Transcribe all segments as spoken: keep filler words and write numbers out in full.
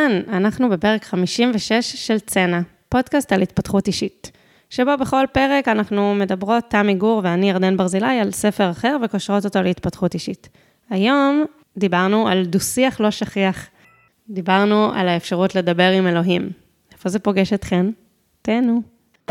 אהלן, אנחנו בפרק חמישים ושש של צנע, פודקאסט על התפתחות אישית, שבו בכל פרק אנחנו מדברות, תמי גור ואני ירדן ברזילי, על ספר אחר וקושרות אותו להתפתחות אישית. היום דיברנו על דו-שיח לא שכיח, דיברנו על האפשרות לדבר עם אלוהים. איפה זה פוגש אתכן? תהנו.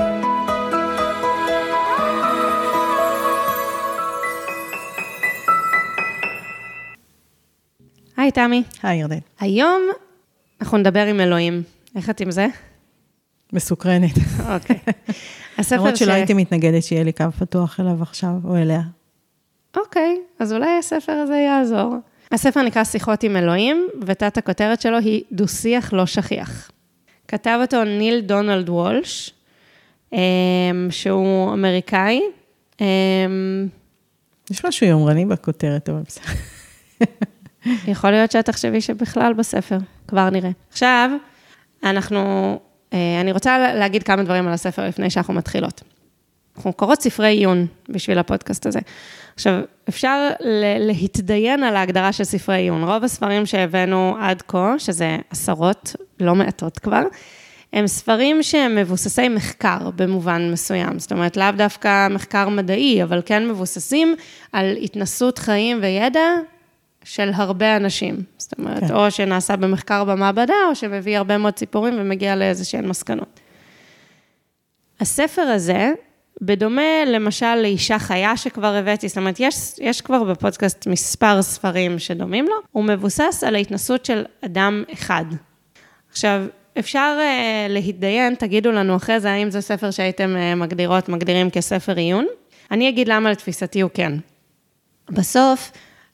היי תמי. היי ירדן. היום אנחנו נדבר עם אלוהים. איך את עם זה? מסוקרנת. אוקיי. למרות שלא הייתי מתנגדת שיהיה לי קו פתוח אליו עכשיו או אליה. אוקיי, אז אולי הספר הזה יעזור. הספר נקרא שיחות עם אלוהים, ותת הכותרת שלו היא דו-שיח לא שכיח. כתב אותו ניל דונלד וולש, שהוא אמריקאי. יש משהו יומרני בכותרת, אבל בסדר. יכול להיות שאת תחשבי שבכלל בספר, כבר נראה. עכשיו, אנחנו, אני רוצה להגיד כמה דברים על הספר לפני שאנחנו מתחילות. אנחנו קוראות ספרי עיון בשביל הפודקאסט הזה. עכשיו, אפשר להתדיין על ההגדרה של ספרי עיון. רוב הספרים שהבאנו עד כה, שזה עשרות, לא מעטות כבר, הם ספרים שהם מבוססי מחקר במובן מסוים. זאת אומרת, לאו דווקא מחקר מדעי, אבל כן מבוססים על התנסות חיים וידע של הרבה אנשים. זאת אומרת, כן. או שנעשה במחקר במעבדה, או שמביא הרבה מאוד סיפורים ומגיע לאיזשהן מסקנות. הספר הזה, בדומה למשל לאישה חיה שכבר הבאתי, זאת אומרת, יש, יש כבר בפודקאסט מספר ספרים שדומים לו, הוא מבוסס על ההתנסות של אדם אחד. עכשיו, אפשר uh, להתדיין, תגידו לנו אחרי זה, האם זה ספר שהייתם uh, מגדירות, מגדירים כספר עיון? אני אגיד למה לתפיסתי הוא כן. בסוף,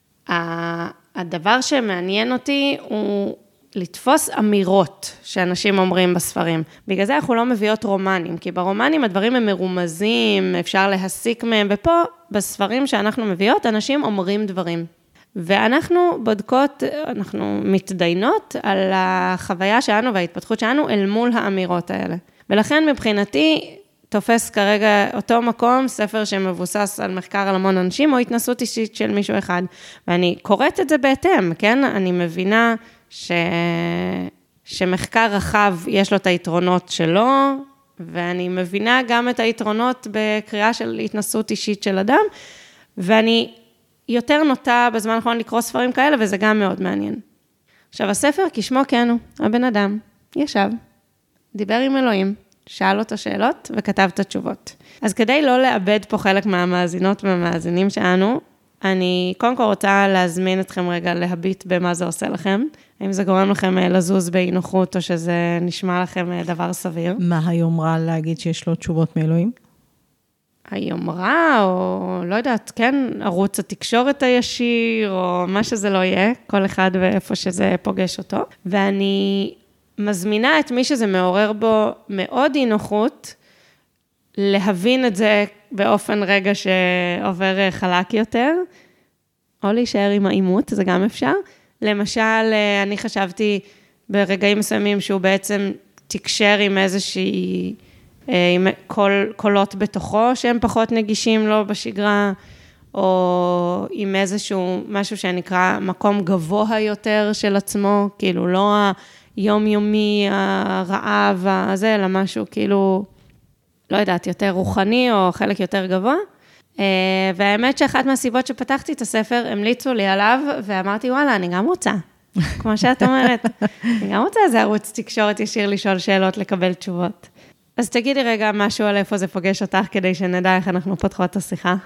הדבר שמעניין אותי הוא לתפוס אמירות שאנשים אומרים בספרים. בגלל זה אנחנו לא מביאות רומנים, כי ברומנים הדברים הם מרומזים, אפשר להסיק מהם, ופה בספרים שאנחנו מביאות, אנשים אומרים דברים. ואנחנו בודקות, אנחנו מתדיינות על החוויה שלנו וההתפתחות שלנו אל מול האמירות האלה. ולכן מבחינתי, תופס כרגע אותו מקום, ספר שמבוסס על מחקר על המון אנשים, או התנסות אישית של מישהו אחד. ואני קוראת את זה בהתאם, כן? אני מבינה ש... שמחקר רחב יש לו את היתרונות שלו, ואני מבינה גם את היתרונות בקריאה של התנסות אישית של אדם, ואני יותר נוטה בזמן האחרון לקרוא ספרים כאלה, וזה גם מאוד מעניין. עכשיו, הספר, כשמו כן הוא, הבן אדם, ישב, דיבר עם אלוהים, שאל אותו שאלות וכתב את התשובות. אז כדי לא לאבד פה חלק מהמאזינות והמאזינים שלנו, אני קודם כל רוצה להזמין אתכם רגע להביט במה זה עושה לכם. האם זה גורם לכם לזוז באי-נוחות, או שזה נשמע לכם דבר סביר? מה היומרה להגיד שיש לו תשובות מאלוהים? היומרה, או לא יודעת, כן, ערוץ התקשורת הישיר, או מה שזה לא יהיה, כל אחד ואיפה שזה פוגש אותו. ואני מזמינה את מי שזה מעורר בו מאוד אי נוחות, להבין את זה באופן רגע שעובר חלק יותר, או להישאר עם האימות, זה גם אפשר. למשל, אני חשבתי ברגעים מסוימים שהוא בעצם תקשר עם איזושהי, עם קול, קולות בתוכו שהם פחות נגישים לו בשגרה, או עם איזשהו משהו שנקרא מקום גבוה יותר של עצמו, כאילו לא היומיומי, הרעב, הזה, אלא משהו כאילו, לא יודעת, יותר רוחני או חלק יותר גבוה. והאמת שאחת מהסיבות שפתחתי את הספר, המליצו לי עליו, ואמרתי, וואלה, אני גם רוצה. כמו שאת אומרת, אני גם רוצה איזה ערוץ תקשורת ישיר לשאול שאלות, לקבל תשובות. אז תגידי רגע משהו על איפה זה פוגש אותך, כדי שנדע איך אנחנו פותחות את השיחה.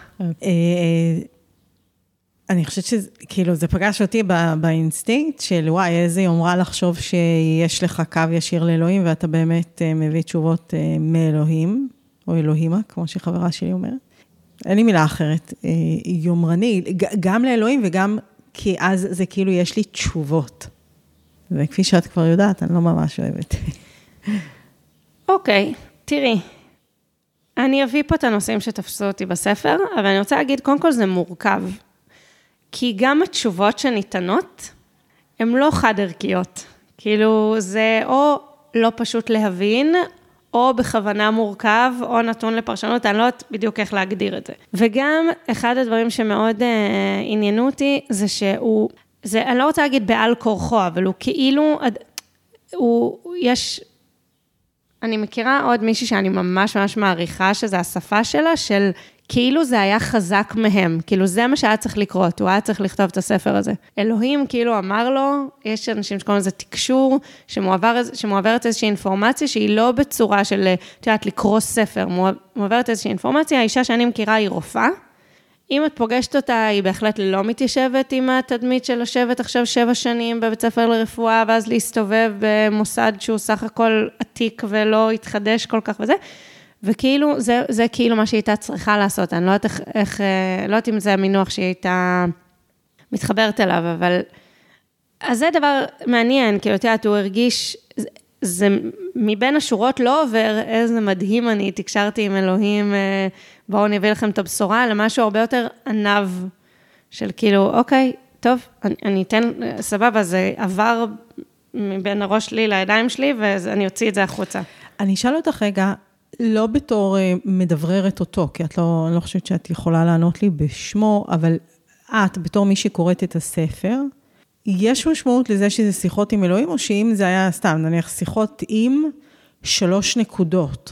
אני חושבת שכאילו זה פגש אותי באינסטינקט של וואי, איזה יומרה לחשוב שיש לך קו ישיר לאלוהים, ואתה באמת מביא תשובות מאלוהים, או אלוהימה, כמו שחברה שלי אומרת. אין לי מילה אחרת, יומרני, גם לאלוהים וגם כי אז זה כאילו יש לי תשובות. וכפי שאת כבר יודעת, אני לא ממש אוהבת. אוקיי, תראי, אני אביא פה את הנושאים שתפסו אותי בספר, אבל אני רוצה להגיד, קודם כל זה מורכב. כי גם התשובות שניתנות, הן לא חד-ערכיות. כאילו, זה או לא פשוט להבין, או בכוונה מורכב, או נתון לפרשנות, אני לא יודעת בדיוק איך להגדיר את זה. וגם, אחד הדברים שמאוד אה, עניינו אותי, זה שהוא, זה, אני לא רוצה להגיד בעל כורחו, אבל הוא כאילו, הוא, יש, אני מכירה עוד מישהי שאני ממש ממש מעריכה, שזו השפה שלה, של כאילו זה היה חזק מהם, כאילו זה מה שהיה צריך לקרות, הוא היה צריך לכתוב את הספר הזה. אלוהים כאילו אמר לו, יש אנשים שקוראים לזה תקשור, שמועבר, שמועברת איזושהי אינפורמציה, שהיא לא בצורה של, את יודעת, לקרוא ספר, מועברת איזושהי אינפורמציה, האישה שאני מכירה היא רופאה, אם את פוגשת אותה, היא בהחלט לא מתיישבת עם התדמית של לשבת עכשיו שבע שנים בבית ספר לרפואה, ואז להסתובב במוסד שהוא סך הכל עתיק ולא התחדש כל כך וזה, וכאילו, זה, זה כאילו מה שהיא הייתה צריכה לעשות, אני לא יודעת איך, איך, לא יודעת אם זה המינוח שהיא הייתה מתחברת אליו, אבל, אז זה דבר מעניין, כאילו, תיאת, הוא הרגיש, זה, זה מבין השורות לא עובר, איזה מדהים אני, תקשרתי עם אלוהים, בואו אני אביא לכם את הבשורה, למשהו הרבה יותר ענב, של כאילו, אוקיי, טוב, אני, אני אתן, סבבה, זה עבר מבין הראש שלי לידיים שלי, ואני אוציא את זה החוצה. אני אשאל אותך רגע, לא בתור מדבררת אותו, כי את לא, אני לא חושבת שאת יכולה לענות לי בשמו, אבל את, בתור מי שקוראת את הספר, יש משמעות לזה שזה שיחות עם אלוהים, או שאם זה היה סתם, נניח שיחות עם שלוש נקודות,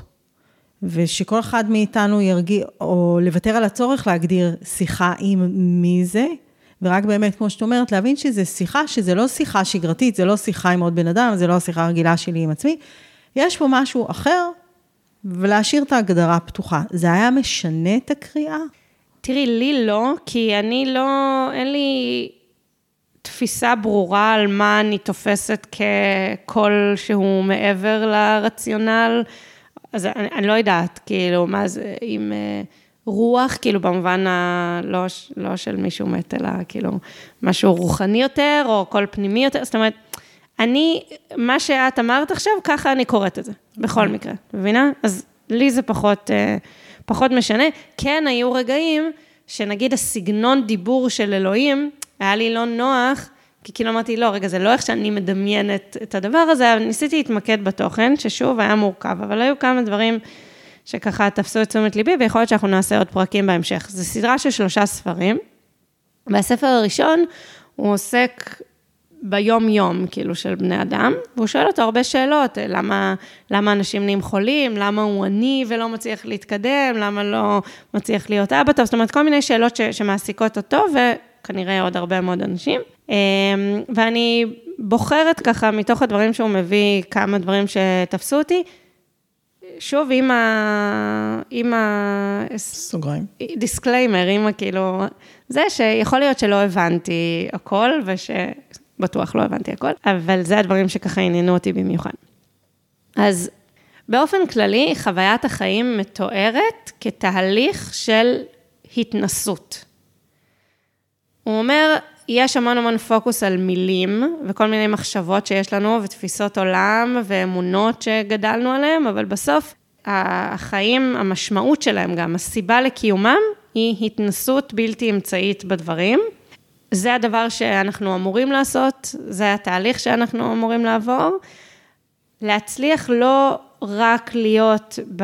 ושכל אחד מאיתנו ירגיע, או לוותר על הצורך להגדיר שיחה עם מי זה, ורק באמת, כמו שאת אומרת, להבין שזה שיחה, שזה לא שיחה שגרתית, זה לא שיחה עם עוד בן אדם, זה לא השיחה הרגילה שלי עם עצמי, יש פה משהו אחר, ולהשאיר את ההגדרה פתוחה. זה היה משנה את הקריאה? תראי, לי לא, כי אני לא, אין לי תפיסה ברורה על מה אני תופסת ככל שהוא מעבר לרציונל, אז אני, אני לא יודעת, כאילו, מה זה, עם רוח, כאילו, במובן ה, לא, לא של מישהו מת, אלא, כאילו, משהו רוחני יותר, או קול פנימי יותר, זאת אומרת, אני, מה שאת אמרת עכשיו, ככה אני קוראת את זה, בכל מקרה, מבינה? אז לי זה פחות, פחות משנה. כן, היו רגעים שנגיד הסגנון דיבור של אלוהים, היה לי לא נוח, כי כאילו אמרתי, לא, רגע, זה לא איך שאני מדמיינת את הדבר הזה, אבל ניסיתי להתמקד בתוכן, ששוב היה מורכב, אבל היו כמה דברים שככה תפסו את תשומת ליבי, ויכול להיות שאנחנו נעשה עוד פרקים בהמשך. זו סדרה של שלושה ספרים, והספר הראשון הוא עוסק ביום-יום, כאילו, של בני אדם, והוא שואל אותו הרבה שאלות, למה, למה אנשים נהיים חולים, למה הוא עני ולא מצליח להתקדם, למה לא מצליח להיות אבא טוב, זאת אומרת, כל מיני שאלות ש, שמעסיקות אותו, וכנראה עוד הרבה מאוד אנשים. ואני בוחרת ככה, מתוך הדברים שהוא מביא, כמה דברים שתפסו אותי, שוב, עם ה... עם ה... סוגריים. דיסקליימר, עם כאילו, זה שיכול להיות שלא הבנתי הכל, וש... בטוח לא הבנתי הכל, אבל זה הדברים שככה עניינו אותי במיוחד. אז באופן כללי, חוויית החיים מתוארת כתהליך של התנסות. הוא אומר, יש המון המון פוקוס על מילים, וכל מיני מחשבות שיש לנו, ותפיסות עולם, ואמונות שגדלנו עליהם, אבל בסוף, החיים, המשמעות שלהם גם, הסיבה לקיומם, היא התנסות בלתי אמצעית בדברים, זה הדבר שאנחנו אמורים לעשות, זה התהליך שאנחנו אמורים לעבור, להצליח לא רק להיות ב...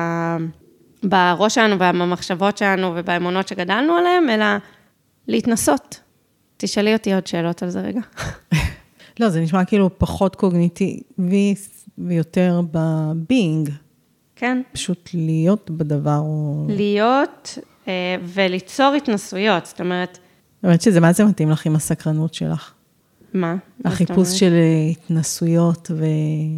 בראש שלנו, במחשבות שלנו ובאמונות שגדלנו עליהם, אלא להתנסות. תשאלי אותי עוד שאלות על זה רגע. לא, זה נשמע כאילו פחות קוגניטיבי ויותר בבינג. כן. פשוט להיות בדבר. להיות וליצור התנסויות, זאת אומרת, אני אומרת שזה מה זה מתאים לך עם הסקרנות שלך? מה? החיפוש של התנסויות, ו...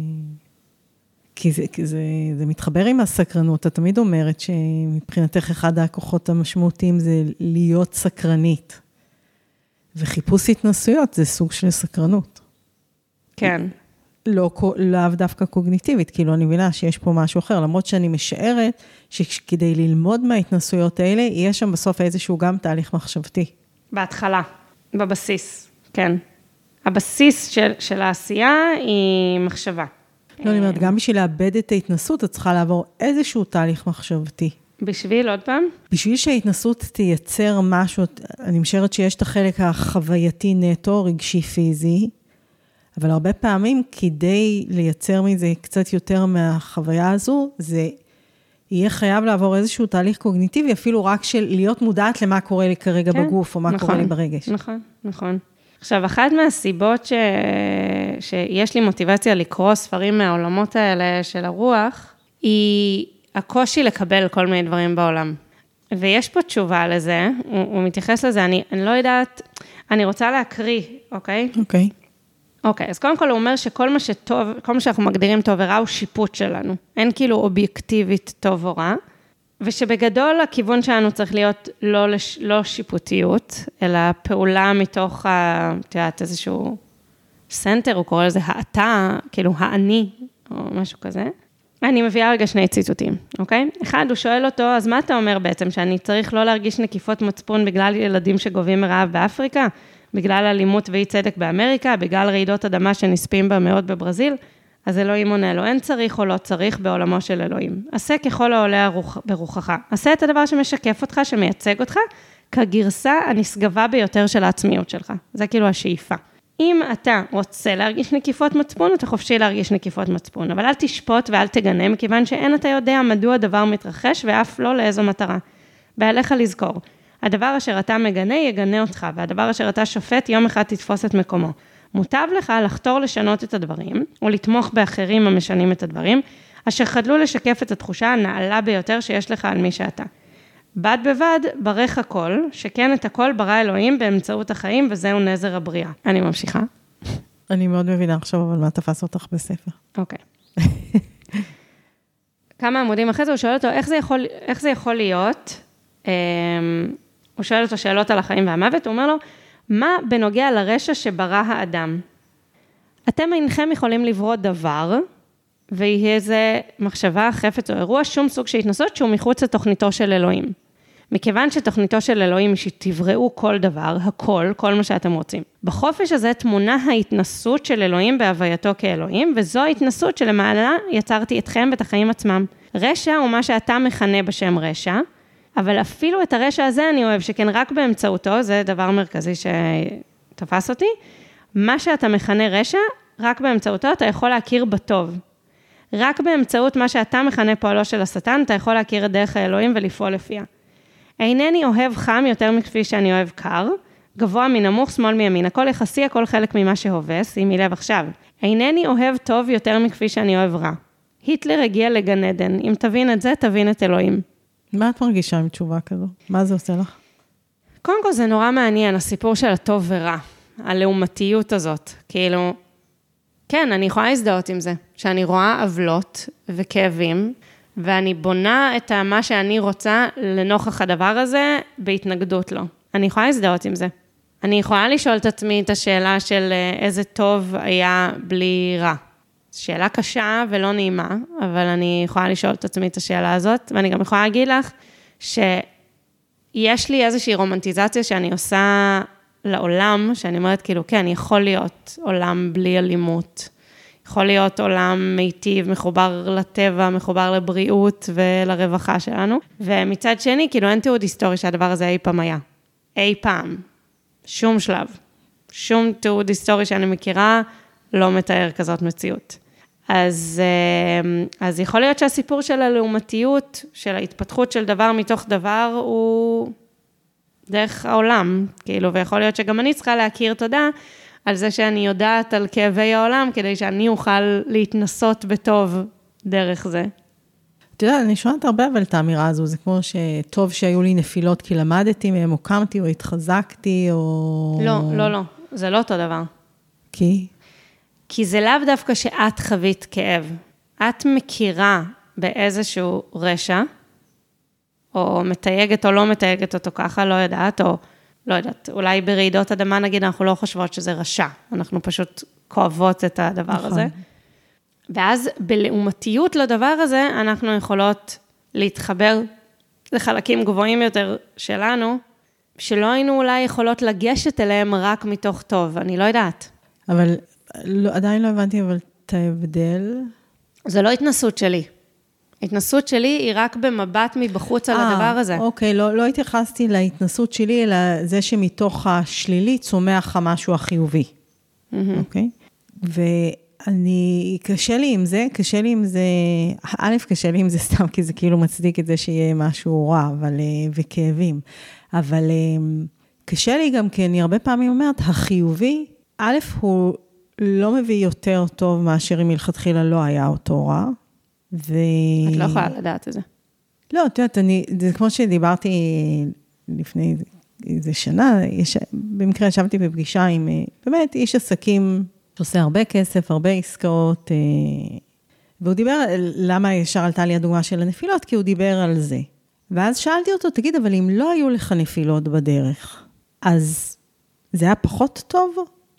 כי, זה, כי זה, זה מתחבר עם הסקרנות. את תמיד אומרת שמבחינתך אחד הכוחות המשמעותיים זה להיות סקרנית. וחיפוש התנסויות זה סוג של סקרנות. כן. לא, לאו דווקא קוגניטיבית, כאילו אני מבינה שיש פה משהו אחר, למרות שאני משערת שכדי ללמוד מההתנסויות האלה, יש שם בסוף איזשהו גם תהליך מחשבתי. בהתחלה, בבסיס, כן. הבסיס של, של העשייה היא מחשבה. לא, אני אומרת, גם בשביל לאבד את ההתנסות, את צריכה לעבור איזשהו תהליך מחשבתי. בשביל, עוד פעם? בשביל שההתנסות תייצר משהו, אני משערת שיש את החלק החווייתי נטו, רגשי פיזי, אבל הרבה פעמים כדי לייצר מזה קצת יותר מהחוויה הזו, זה יהיה חייב לעבור איזשהו תהליך קוגניטיבי, אפילו רק של להיות מודעת למה קורה לי כרגע כן, בגוף, או מה נכון, קורה לי ברגש. נכון, נכון. עכשיו, אחת מהסיבות ש... שיש לי מוטיבציה לקרוא ספרים מהעולמות האלה של הרוח, היא הקושי לקבל כל מיני דברים בעולם. ויש פה תשובה לזה, הוא, הוא מתייחס לזה, אני, אני לא יודעת, אני רוצה להקריא, אוקיי? אוקיי. אוקיי, אז קודם כל הוא אומר שכל מה שטוב, כל מה שאנחנו מגדירים טוב ורע הוא שיפוט שלנו. אין כאילו אובייקטיבית טוב או רע, ושבגדול הכיוון שלנו צריך להיות לא, לש, לא שיפוטיות, אלא פעולה מתוך, את יודעת, איזשהו סנטר, הוא קורא לזה האתה, כאילו האני, או משהו כזה. אני מביאה רגע שני ציטוטים, אוקיי? אחד, הוא שואל אותו, אז מה אתה אומר בעצם, שאני צריך לא להרגיש נקיפות מצפון בגלל ילדים שגובים מרעב באפריקה, בגלל אלימות ואי צדק באמריקה, בגלל רעידות אדמה שנספים בה מאוד בברזיל? אז אלוהים עונה לו, אין צריך או לא צריך בעולמו של אלוהים. עשה ככל העולה ברוחך. עשה את הדבר שמשקף אותך, שמייצג אותך, כגרסה הנשגבה ביותר של העצמיות שלך. זה כאילו השאיפה. אם אתה רוצה להרגיש נקיפות מצפון, אתה חופשי להרגיש נקיפות מצפון, אבל אל תשפוט ואל תגנה, מכיוון שאין אתה יודע מדוע הדבר מתרחש, ואף לא לאיזו מטרה. בעליך לזכור. הדבר אשר אתה מגנה, יגנה אותך, והדבר אשר אתה שופט, יום אחד תתפוס את מקומו. מוטב לך לחתור לשנות את הדברים, או לתמוך באחרים המשנים את הדברים, אשר חדלו לשקף את התחושה הנעלה ביותר שיש לך על מי שאתה. בד בבד, ברך הכל, שכן את הכל ברא אלוהים באמצעות החיים, וזהו נזר הבריאה. אני ממשיכה. אני מאוד מבינה עכשיו, אבל מה תפס אותך בספר? אוקיי. כמה עמודים אחרי זה, הוא שואל אותו, איך זה יכול, איך זה יכול להיות? הוא שואל אותו שאלות על החיים והמוות, הוא אומר לו, מה בנוגע לרשע שברא האדם? אתם אינכם יכולים לברוא דבר, ויהיה זה מחשבה, חפץ או אירוע, שום סוג של התנסות שהוא מחוץ לתוכניתו של אלוהים. מכיוון שתוכניתו של אלוהים היא שתבראו כל דבר, הכל, כל מה שאתם רוצים. בחופש הזה תמונה ההתנסות של אלוהים בהווייתו כאלוהים, וזו ההתנסות שלמעלה יצרתי אתכם ואת החיים עצמם. רשע הוא מה שאתה מכנה בשם רשע, אבל אפילו את הרשע הזה אני אוהב, שכן רק באמצעותו, זה דבר מרכזי שתפס אותי, מה שאתה מכנה רשע, רק באמצעותו אתה יכול להכיר בטוב. רק באמצעות מה שאתה מכנה פועלו של השטן, אתה יכול להכיר את דרך האלוהים ולפעול לפיה. אינני אוהב חם יותר מכפי שאני אוהב קר, גבוה מנמוך, שמאל מימין, הכל יחסי, הכל חלק ממה שהובס, שימי לב עכשיו. אינני אוהב טוב יותר מכפי שאני אוהב רע. היטלר הגיע לגן עדן, אם תבין את זה, תבין את אלוהים. מה את מרגישה עם תשובה כזו? מה זה עושה לך? קודם כל זה נורא מעניין, הסיפור של הטוב ורע, הלעומתיות הזאת, כאילו, כן, אני יכולה להזדהות עם זה, שאני רואה עוולות וכאבים, ואני בונה את מה שאני רוצה לנוכח הדבר הזה בהתנגדות לו. אני יכולה להזדהות עם זה. אני יכולה לשאול את עצמי את השאלה של איזה טוב היה בלי רע. שאלה קשה ולא נעימה, אבל אני יכולה לשאול את עצמי את השאלה הזאת, ואני גם יכולה להגיד לך שיש לי איזושהי רומנטיזציה שאני עושה לעולם, שאני אומרת כאילו, כן, יכול להיות עולם בלי אלימות, יכול להיות עולם מיטיב, מחובר לטבע, מחובר לבריאות ולרווחה שלנו, ומצד שני, כאילו אין תיעוד היסטורי שהדבר הזה אי פעם היה. אי פעם. שום שלב. שום תיעוד היסטורי שאני מכירה, לא מתאר כזאת מציאות. אז, אז יכול להיות שהסיפור של הלעומתיות, של ההתפתחות של דבר מתוך דבר, הוא דרך העולם, כאילו, ויכול להיות שגם אני צריכה להכיר תודה, על זה שאני יודעת על כאבי העולם, כדי שאני אוכל להתנסות בטוב דרך זה. אתה יודע, אני שואלת הרבה אבל את האמירה הזו, זה כמו שטוב שהיו לי נפילות, כי למדתי מהם, או קמתי, או התחזקתי, או... לא, לא, לא, זה לא אותו דבר. כי? כי זה לאו דווקא שאת חווית כאב. את מכירה באיזשהו רשע, או מתייגת או לא מתייגת אותו ככה, לא יודעת, או לא יודעת, אולי ברעידות אדמה נגיד, אנחנו לא חושבות שזה רשע, אנחנו פשוט כואבות את הדבר נכון. הזה. ואז בלעומתיות לדבר הזה, אנחנו יכולות להתחבר לחלקים גבוהים יותר שלנו, שלא היינו אולי יכולות לגשת אליהם רק מתוך טוב, אני לא יודעת. אבל לא, עדיין לא הבנתי, אבל את ההבדל... זה לא התנסות שלי. התנסות שלי היא רק במבט מבחוץ על הדבר הזה. אוקיי, לא, לא התייחסתי להתנסות שלי, אלא זה שמתוך השלילי צומח המשהו החיובי. אוקיי? ואני, קשה לי עם זה, קשה לי עם זה, א', קשה לי עם זה סתם, כי זה כאילו מצדיק את זה שיהיה משהו רע, אבל, וכאבים. אבל קשה לי גם, כי אני הרבה פעמים אומרת, החיובי, א', הוא לא מביא יותר טוב מאשר אם מלכתחילה לא היה אותו רע. ו... את לא יכולה לדעת את זה. לא, את יודעת, אני, זה כמו שדיברתי לפני איזה שנה, יש, במקרה ישבתי בפגישה עם, באמת, איש עסקים שעושה הרבה כסף, הרבה עסקאות, והוא דיבר, למה ישר עלתה לי הדוגמה של הנפילות? כי הוא דיבר על זה. ואז שאלתי אותו, תגיד, אבל אם לא היו לך נפילות בדרך, אז זה היה פחות טוב?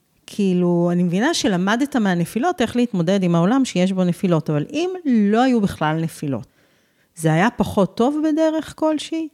כאילו, אני מבינה שלמדת מהנפילות איך להתמודד עם העולם שיש בו נפילות, אבל אם לא היו בכלל נפילות, זה היה פחות טוב בדרך כלשהי?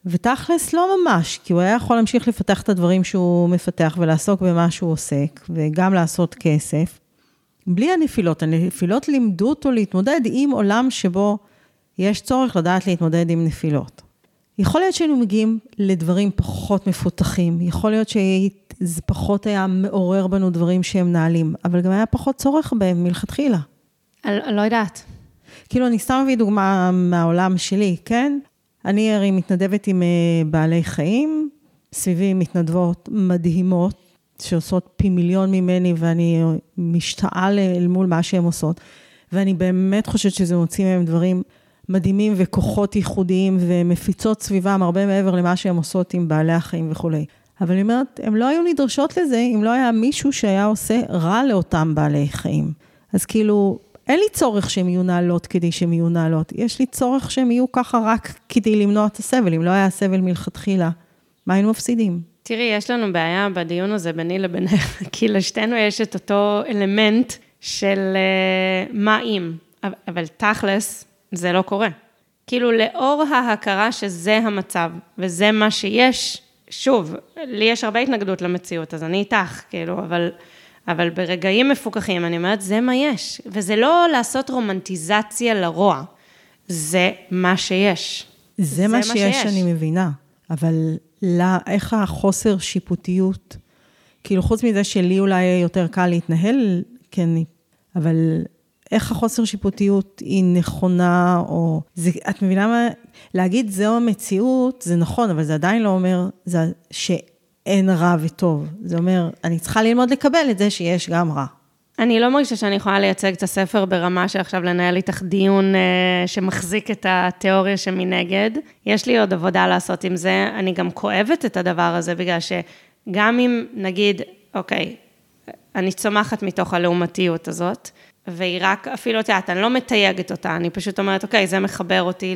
ותכלס לא ממש, כי הוא היה יכול להמשיך לפתח את הדברים שהוא מפתח, ולעסוק במה שהוא עוסק, וגם לעשות כסף. בלי הנפילות, הנפילות לימדו אותו להתמודד עם עולם שבו יש צורך לדעת להתמודד עם נפילות. יכול להיות שהיינו מגיעים לדברים פחות מפותחים, יכול להיות שזה פחות היה מעורר בנו דברים שהם נעלים, אבל גם היה פחות צורך בהם מלכתחילה. אני לא יודעת. כאילו, אני סתם מביא דוגמה מהעולם שלי, כן? אני הרי מתנדבת עם בעלי חיים, סביבי מתנדבות מדהימות, שעושות פי מיליון ממני, ואני משתעה אל מול מה שהן עושות, ואני באמת חושבת שזה מוצאים מהם דברים מדהימים וכוחות ייחודיים, ומפיצות סביבם הרבה מעבר למה שהן עושות עם בעלי החיים וכו'. אבל אני אומרת, הן לא היו נדרשות לזה, אם לא היה מישהו שהיה עושה רע לאותם בעלי חיים. אז כאילו, אין לי צורך שהם יהיו נעלות כדי שהם יהיו נעלות. יש לי צורך שהם יהיו ככה רק כדי למנוע את הסבל. אם לא היה הסבל מלכתחילה, מה היינו מפסידים? תראי, יש לנו בעיה בדיון הזה ביני לבינך, כי לשתינו יש את אותו אלמנט של uh, מה אם, אבל תכלס זה לא קורה. כאילו לאור ההכרה שזה המצב, וזה מה שיש, שוב, לי יש הרבה התנגדות למציאות, אז אני איתך, כאילו, אבל... אבל ברגעים מפוקחים, אני אומרת, זה מה יש. וזה לא לעשות רומנטיזציה לרוע. זה מה שיש. זה, זה מה, מה שיש, שיש, אני מבינה. אבל לא, איך החוסר שיפוטיות, כאילו חוץ מזה שלי אולי יותר קל להתנהל, כן, אבל איך החוסר שיפוטיות היא נכונה, או... זה, את מבינה מה? להגיד זו המציאות, זה נכון, אבל זה עדיין לא אומר זה ש... אין רע וטוב. זה אומר, אני צריכה ללמוד לקבל את זה שיש גם רע. אני לא מרגישה שאני יכולה לייצג את הספר ברמה שעכשיו לנהל איתך דיון שמחזיק את התיאוריה שמנגד. יש לי עוד עבודה לעשות עם זה. אני גם כואבת את הדבר הזה, בגלל שגם אם נגיד, אוקיי, אני צומחת מתוך הלעומתיות הזאת, והיא רק, אפילו אותה, אני לא מתייגת אותה, אני פשוט אומרת, אוקיי, זה מחבר אותי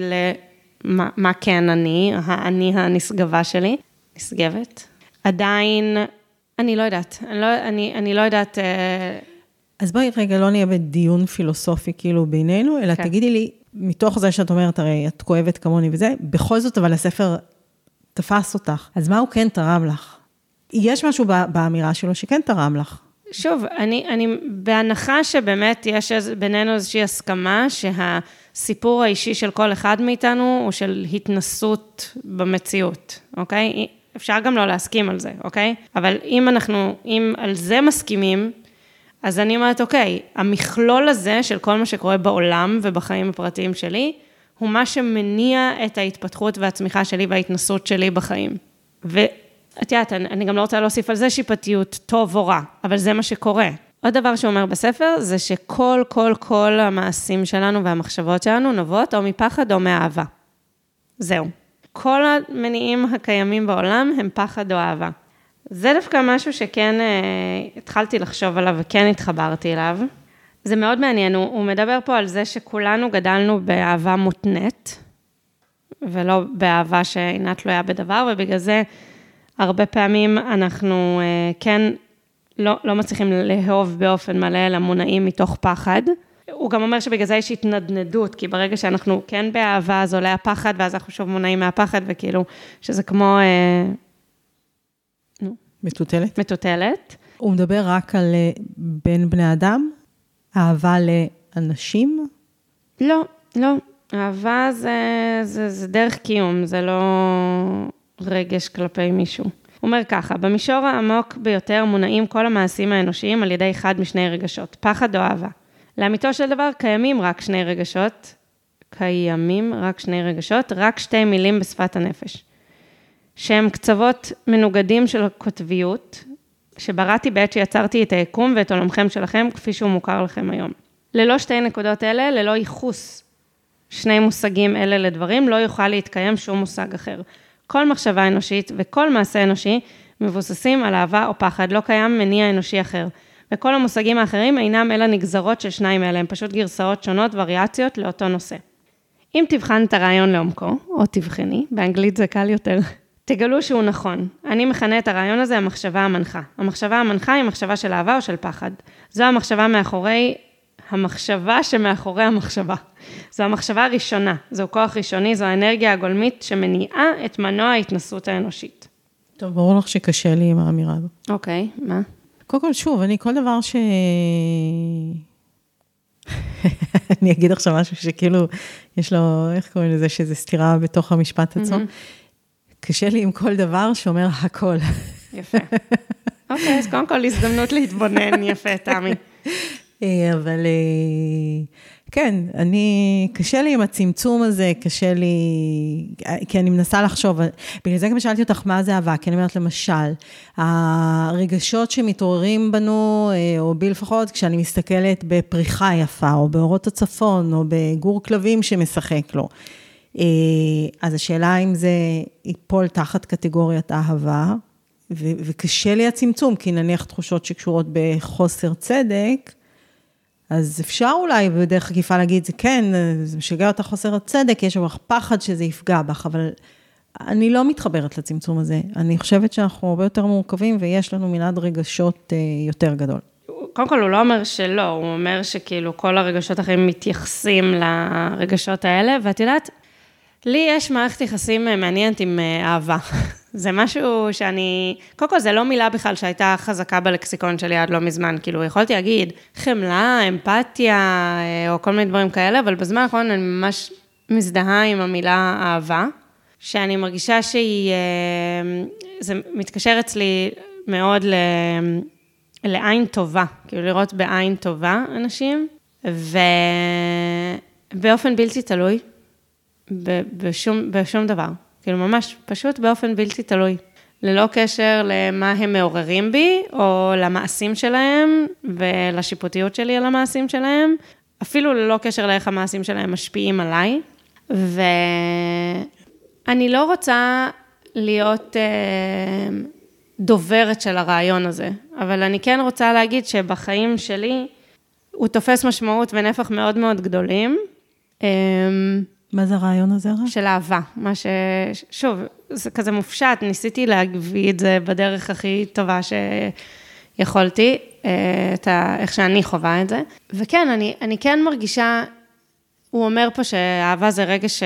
למה מה כן אני, האני הנשגבה שלי, נשגבת. עדיין, אני לא יודעת, אני לא, אני, אני לא יודעת... אז בואי רגע, לא נהיה בדיון פילוסופי כאילו בינינו, אלא כן. תגידי לי, מתוך זה שאת אומרת, הרי את כואבת כמוני וזה, בכל זאת אבל הספר תפס אותך, אז מה הוא כן תרם לך? יש משהו באמירה שלו שכן תרם לך. שוב, אני, אני בהנחה שבאמת יש בינינו איזושהי הסכמה, שהסיפור האישי של כל אחד מאיתנו, הוא של התנסות במציאות, אוקיי? אפשר גם לא להסכים על זה, אוקיי? אבל אם אנחנו, אם על זה מסכימים, אז אני אומרת, אוקיי, המכלול הזה של כל מה שקורה בעולם ובחיים הפרטיים שלי, הוא מה שמניע את ההתפתחות והצמיחה שלי וההתנסות שלי בחיים. ואת יודעת, אני גם לא רוצה להוסיף על זה שיפטיות טוב או רע, אבל זה מה שקורה. עוד דבר שהוא אומר בספר, זה שכל, כל, כל המעשים שלנו והמחשבות שלנו נובעות או מפחד או מאהבה. זהו. כל המניעים הקיימים בעולם הם פחד או אהבה. זה דווקא משהו שכן אה, התחלתי לחשוב עליו וכן התחברתי אליו. זה מאוד מעניין, הוא, הוא מדבר פה על זה שכולנו גדלנו באהבה מותנית, ולא באהבה שאינה תלויה בדבר, ובגלל זה הרבה פעמים אנחנו אה, כן לא, לא מצליחים לאהוב באופן מלא, אלא מונעים מתוך פחד. הוא גם אומר שבגלל זה יש התנדנדות, כי ברגע שאנחנו כן באהבה, אז עולה הפחד, ואז אנחנו שוב מונעים מהפחד, וכאילו שזה כמו... אה, נו. מטוטלת? מטוטלת. הוא מדבר רק על בין בני אדם? אהבה לאנשים? לא, לא. אהבה זה, זה, זה דרך קיום, זה לא רגש כלפי מישהו. הוא אומר ככה, במישור העמוק ביותר מונעים כל המעשים האנושיים על ידי אחד משני רגשות, פחד או אהבה. לאמיתו של דבר קיימים רק שני רגשות, קיימים רק שני רגשות, רק שתי מילים בשפת הנפש, שהם קצוות מנוגדים של הקוטביות, שבראתי בעת שיצרתי את היקום ואת עולמכם שלכם, כפי שהוא מוכר לכם היום. ללא שתי נקודות אלה, ללא ייחוס שני מושגים אלה לדברים, לא יוכל להתקיים שום מושג אחר. כל מחשבה אנושית וכל מעשה אנושי מבוססים על אהבה או פחד, לא קיים מניע אנושי אחר. וכל המושגים האחרים אינם אלא נגזרות של שניים אלה, הם פשוט גרסאות שונות, וריאציות לאותו נושא. אם תבחן את הרעיון לעומקו, או תבחני, באנגלית זה קל יותר, תגלו שהוא נכון. אני מכנה את הרעיון הזה המחשבה המנחה. המחשבה המנחה היא מחשבה של אהבה או של פחד. זו המחשבה מאחורי, המחשבה שמאחורי המחשבה. זו המחשבה הראשונה, זו כוח ראשוני, זו האנרגיה הגולמית שמניעה את מנוע ההתנסות האנושית. טוב, ברור לך שקשה לי עם האמירה הזו. אוקיי, מה? קודם כל, שוב, אני כל דבר ש... אני אגיד עכשיו משהו שכאילו, יש לו, איך קוראים לזה, שזה סתירה בתוך המשפט עצמו. קשה לי עם כל דבר שאומר הכל. יפה. אוקיי, אז קודם כל הזדמנות להתבונן, יפה, תמי. אבל כן, אני, קשה לי עם הצמצום הזה, קשה לי, כי אני מנסה לחשוב, בגלל זה גם שאלתי אותך מה זה אהבה, כי אני אומרת למשל, הרגשות שמתעוררים בנו, או בי לפחות, כשאני מסתכלת בפריחה יפה, או באורות הצפון, או בגור כלבים שמשחק לו. אז השאלה אם זה ייפול תחת קטגוריית אהבה, ו- וקשה לי הצמצום, כי נניח תחושות שקשורות בחוסר צדק, אז אפשר אולי בדרך עקיפה להגיד, זה כן, זה משגע אותך חוסר הצדק, יש לך פחד שזה יפגע בך, אבל אני לא מתחברת לצמצום הזה. אני חושבת שאנחנו הרבה יותר מורכבים, ויש לנו מנעד רגשות יותר גדול. קודם כל, הוא לא אומר שלא, הוא אומר שכאילו כל הרגשות אחרים מתייחסים לרגשות האלה, ואת יודעת, לי יש מערכת יחסים מעניינת עם אהבה. זה משהו שאני, קודם כל זה לא מילה בכלל שהייתה חזקה בלקסיקון שלי עד לא מזמן, כאילו יכולתי להגיד חמלה, אמפתיה, או כל מיני דברים כאלה, אבל בזמן האחרון אני ממש מזדהה עם המילה אהבה, שאני מרגישה שהיא, זה מתקשר אצלי מאוד ל, לעין טובה, כאילו לראות בעין טובה אנשים, ובאופן בלתי תלוי, בשום, בשום דבר. כאילו ממש פשוט באופן בלתי תלוי. ללא קשר למה הם מעוררים בי, או למעשים שלהם, ולשיפוטיות שלי על המעשים שלהם, אפילו ללא קשר לאיך המעשים שלהם משפיעים עליי. ואני לא רוצה להיות אה, דוברת של הרעיון הזה, אבל אני כן רוצה להגיד שבחיים שלי, הוא תופס משמעות ונפח מאוד מאוד גדולים. אה, מה זה הרעיון הזה? של אהבה, מה ש... שוב, זה כזה מופשט, ניסיתי להביא את זה בדרך הכי טובה שיכולתי, את ה... איך שאני חווה את זה. וכן, אני, אני כן מרגישה, הוא אומר פה שאהבה זה רגע ש...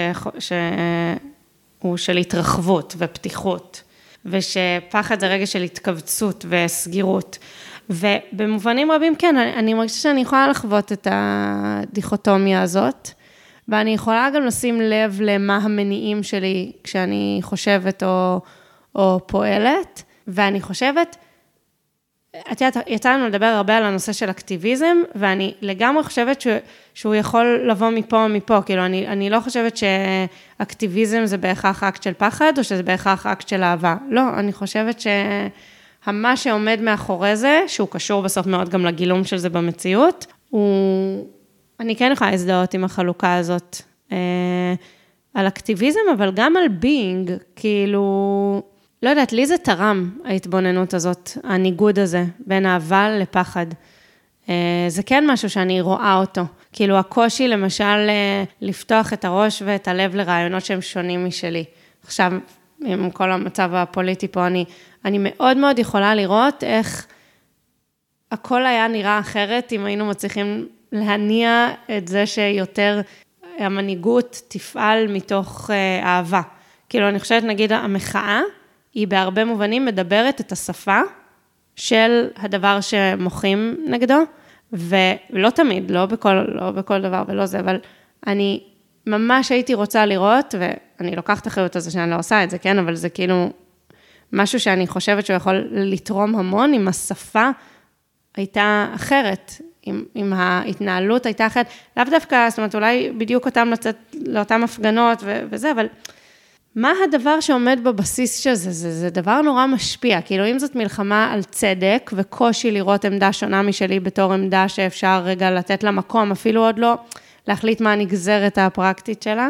שהוא של התרחבות ופתיחות, ושפחד זה רגע של התכווצות וסגירות. ובמובנים רבים, כן, אני, אני מרגישה שאני יכולה לחוות את הדיכוטומיה הזאת, ואני יכולה גם לשים לב למה המניעים שלי כשאני חושבת או, או פועלת, ואני חושבת, את יודעת, יצא לנו לדבר הרבה על הנושא של אקטיביזם, ואני לגמרי חושבת ש, שהוא יכול לבוא מפה או מפה, כאילו אני, אני לא חושבת שאקטיביזם זה בהכרח אקט של פחד, או שזה בהכרח אקט של אהבה. לא, אני חושבת שמה שעומד מאחורי זה, שהוא קשור בסוף מאוד גם לגילום של זה במציאות, הוא... אני כן יכולה להזדהות עם החלוקה הזאת, אה, על אקטיביזם, אבל גם על ביינג, כאילו, לא יודעת, לי זה תרם, ההתבוננות הזאת, הניגוד הזה, בין אהבה לפחד. אה, זה כן משהו שאני רואה אותו, כאילו הקושי למשל, אה, לפתוח את הראש ואת הלב לרעיונות שהם שונים משלי. עכשיו, עם כל המצב הפוליטי פה, אני, אני מאוד מאוד יכולה לראות איך הכל היה נראה אחרת, אם היינו מצליחים להניע את זה שיותר המנהיגות תפעל מתוך אהבה. כאילו, אני חושבת, נגיד, המחאה, היא בהרבה מובנים מדברת את השפה של הדבר שמוחים נגדו, ולא תמיד, לא בכל, לא בכל דבר ולא זה, אבל אני ממש הייתי רוצה לראות, ואני לוקחת אחריות על זה שאני לא עושה את זה, כן? אבל זה כאילו משהו שאני חושבת שהוא יכול לתרום המון, אם השפה הייתה אחרת, אם, אם ההתנהלות הייתה אחרת, לאו דווקא, זאת אומרת, אולי בדיוק אותם לצאת לאותם הפגנות ו- וזה, אבל מה הדבר שעומד בבסיס של זה? זה, זה דבר נורא משפיע, כאילו אם זאת מלחמה על צדק, וקושי לראות עמדה שונה משלי בתור עמדה שאפשר רגע לתת לה מקום, אפילו עוד לא להחליט מה הנגזרת הפרקטית שלה.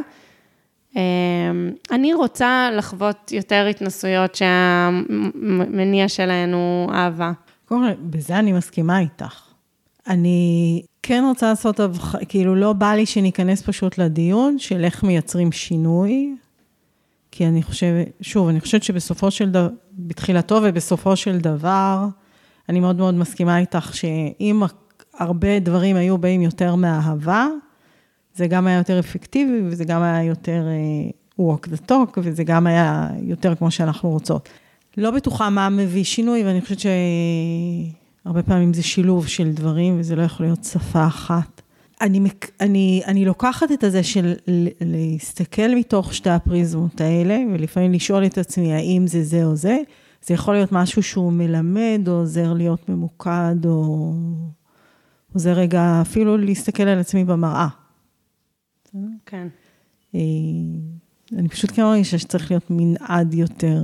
אני רוצה לחוות יותר התנסויות שהמניע שלהן הוא אהבה. קודם כל, בזה אני מסכימה איתך. אני כן רוצה לעשות, כאילו לא בא לי שניכנס פשוט לדיון של איך מייצרים שינוי, כי אני חושבת, שוב, אני חושבת שבסופו של דבר, בתחילתו ובסופו של דבר, אני מאוד מאוד מסכימה איתך שאם הרבה דברים היו באים יותר מאהבה, זה גם היה יותר אפקטיבי, וזה גם היה יותר walk the talk, וזה גם היה יותר כמו שאנחנו רוצות. לא בטוחה מה מביא שינוי, ואני חושבת שהרבה פעמים זה שילוב של דברים, וזה לא יכול להיות שפה אחת. אני, אני, אני לוקחת את הזה של להסתכל מתוך שתי הפריזמות האלה, ולפעמים לשאול את עצמי, האם זה זה או זה, זה יכול להיות משהו שהוא מלמד, או עוזר להיות ממוקד, או עוזר רגע אפילו להסתכל על עצמי במראה. כן. אני פשוט כן מרגישה שצריך להיות מנעד יותר,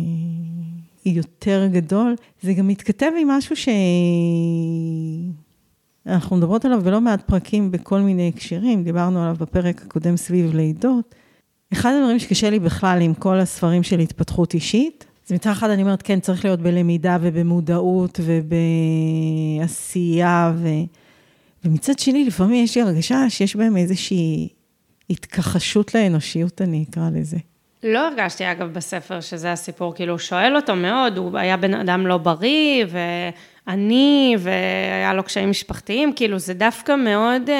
יותר גדול. זה גם מתכתב עם משהו שאנחנו מדברות עליו ולא מעט פרקים בכל מיני הקשרים, דיברנו עליו בפרק הקודם סביב לידות. אחד הדברים שקשה לי בכלל עם כל הספרים של התפתחות אישית, אז מצד אחד אני אומרת, כן, צריך להיות בלמידה ובמודעות ובעשייה, ו... ומצד שני, לפעמים יש לי הרגשה שיש בהם איזושהי התכחשות לאנושיות, אני אקרא לזה. לא הרגשתי, אגב, בספר שזה הסיפור, כאילו, הוא שואל אותו מאוד, הוא היה בן אדם לא בריא, ואני, והיה לו קשיים משפחתיים, כאילו, זה דווקא מאוד,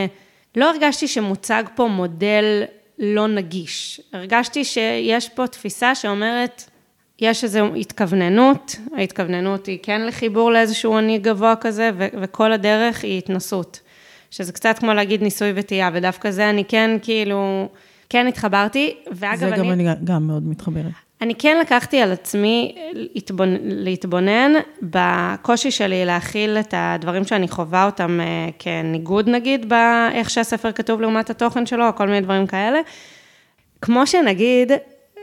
לא הרגשתי שמוצג פה מודל לא נגיש. הרגשתי שיש פה תפיסה שאומרת, יש איזו התכווננות, ההתכווננות היא כן לחיבור לאיזשהו אני גבוה כזה, ו- וכל הדרך היא התנסות. שזה קצת כמו להגיד ניסוי וטעייה, ודווקא זה אני כן כאילו, כן התחברתי, ואגב זה אני... גם אני גם מאוד מתחברת. אני כן לקחתי על עצמי להתבונ... להתבונן בקושי שלי להכיל את הדברים שאני חווה אותם כניגוד נגיד, באיך שהספר כתוב לעומת התוכן שלו, או כל מיני דברים כאלה. כמו שנגיד,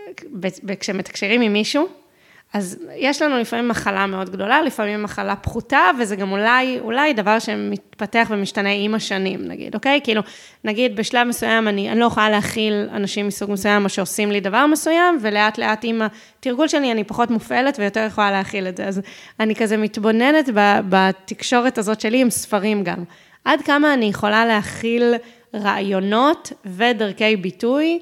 כשמתקשרים עם מישהו, אז יש לנו לפעמים מחלה מאוד גדולה, לפעמים מחלה פחותה, וזה גם אולי, אולי דבר שמתפתח ומשתנה עם השנים, נגיד, אוקיי? כאילו, נגיד, בשלב מסוים אני, אני לא יכולה להכיל אנשים מסוג מסוים, או שעושים לי דבר מסוים, ולאט לאט עם התרגול שלי, אני פחות מופעלת, ויותר יכולה להכיל את זה. אז אני כזה מתבוננת בתקשורת הזאת שלי עם ספרים גם. עד כמה אני יכולה להכיל רעיונות ודרכי ביטוי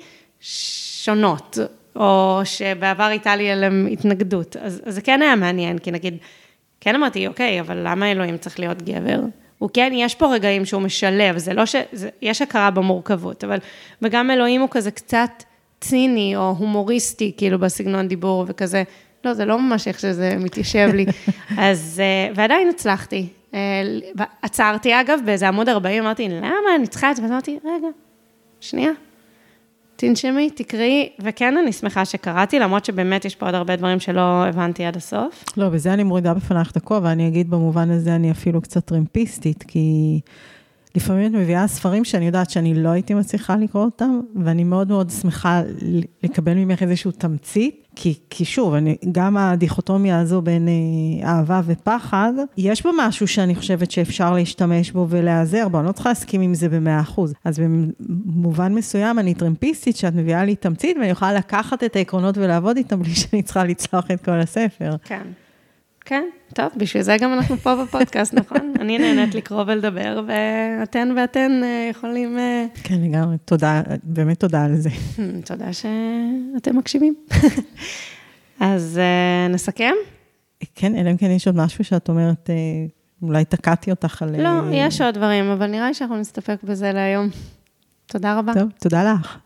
שונות, או שבעבר הייתה לי אליהם התנגדות. אז, אז זה כן היה מעניין, כי נגיד, כן אמרתי, אוקיי, אבל למה אלוהים צריך להיות גבר? הוא כן, יש פה רגעים שהוא משלב, זה לא ש... זה, יש הכרה במורכבות, אבל, וגם אלוהים הוא כזה קצת ציני, או הומוריסטי, כאילו בסגנון דיבור, וכזה, לא, זה לא ממש איך שזה מתיישב לי. אז, ועדיין הצלחתי. עצרתי, אגב, באיזה עמוד ארבעים, אמרתי, למה אני צריכה את זה? ואמרתי, רגע, שנייה. תנשמי, תקראי, וכן אני שמחה שקראתי, למרות שבאמת יש פה עוד הרבה דברים שלא הבנתי עד הסוף. לא, בזה אני מורידה בפנייך את הכובע, ואני אגיד במובן הזה אני אפילו קצת טרמפיסטית, כי לפעמים את מביאה ספרים שאני יודעת שאני לא הייתי מצליחה לקרוא אותם, ואני מאוד מאוד שמחה לקבל ממך איזשהו תמצית, כי, כי שוב, אני, גם הדיכוטומיה הזו בין אה, אהבה ופחד, יש בה משהו שאני חושבת שאפשר להשתמש בו ולהיעזר בו, אני לא צריכה להסכים עם זה במאה אחוז. אז במובן מסוים אני טרמפיסטית שאת מביאה לי תמצית, ואני יכולה לקחת את העקרונות ולעבוד איתם בלי שאני צריכה לצלוח את כל הספר. כן. כן, טוב, בשביל זה גם אנחנו פה בפודקאסט, נכון? אני נהנית לקרוא ולדבר, ואתן ואתן יכולים... כן, לגמרי, תודה, באמת תודה על זה. תודה שאתם מקשיבים. אז נסכם? כן, אלא אם כן יש עוד משהו שאת אומרת, אולי תקעתי אותך על... לא, יש עוד דברים, אבל נראה לי שאנחנו נסתפק בזה להיום. תודה רבה. טוב, תודה לך.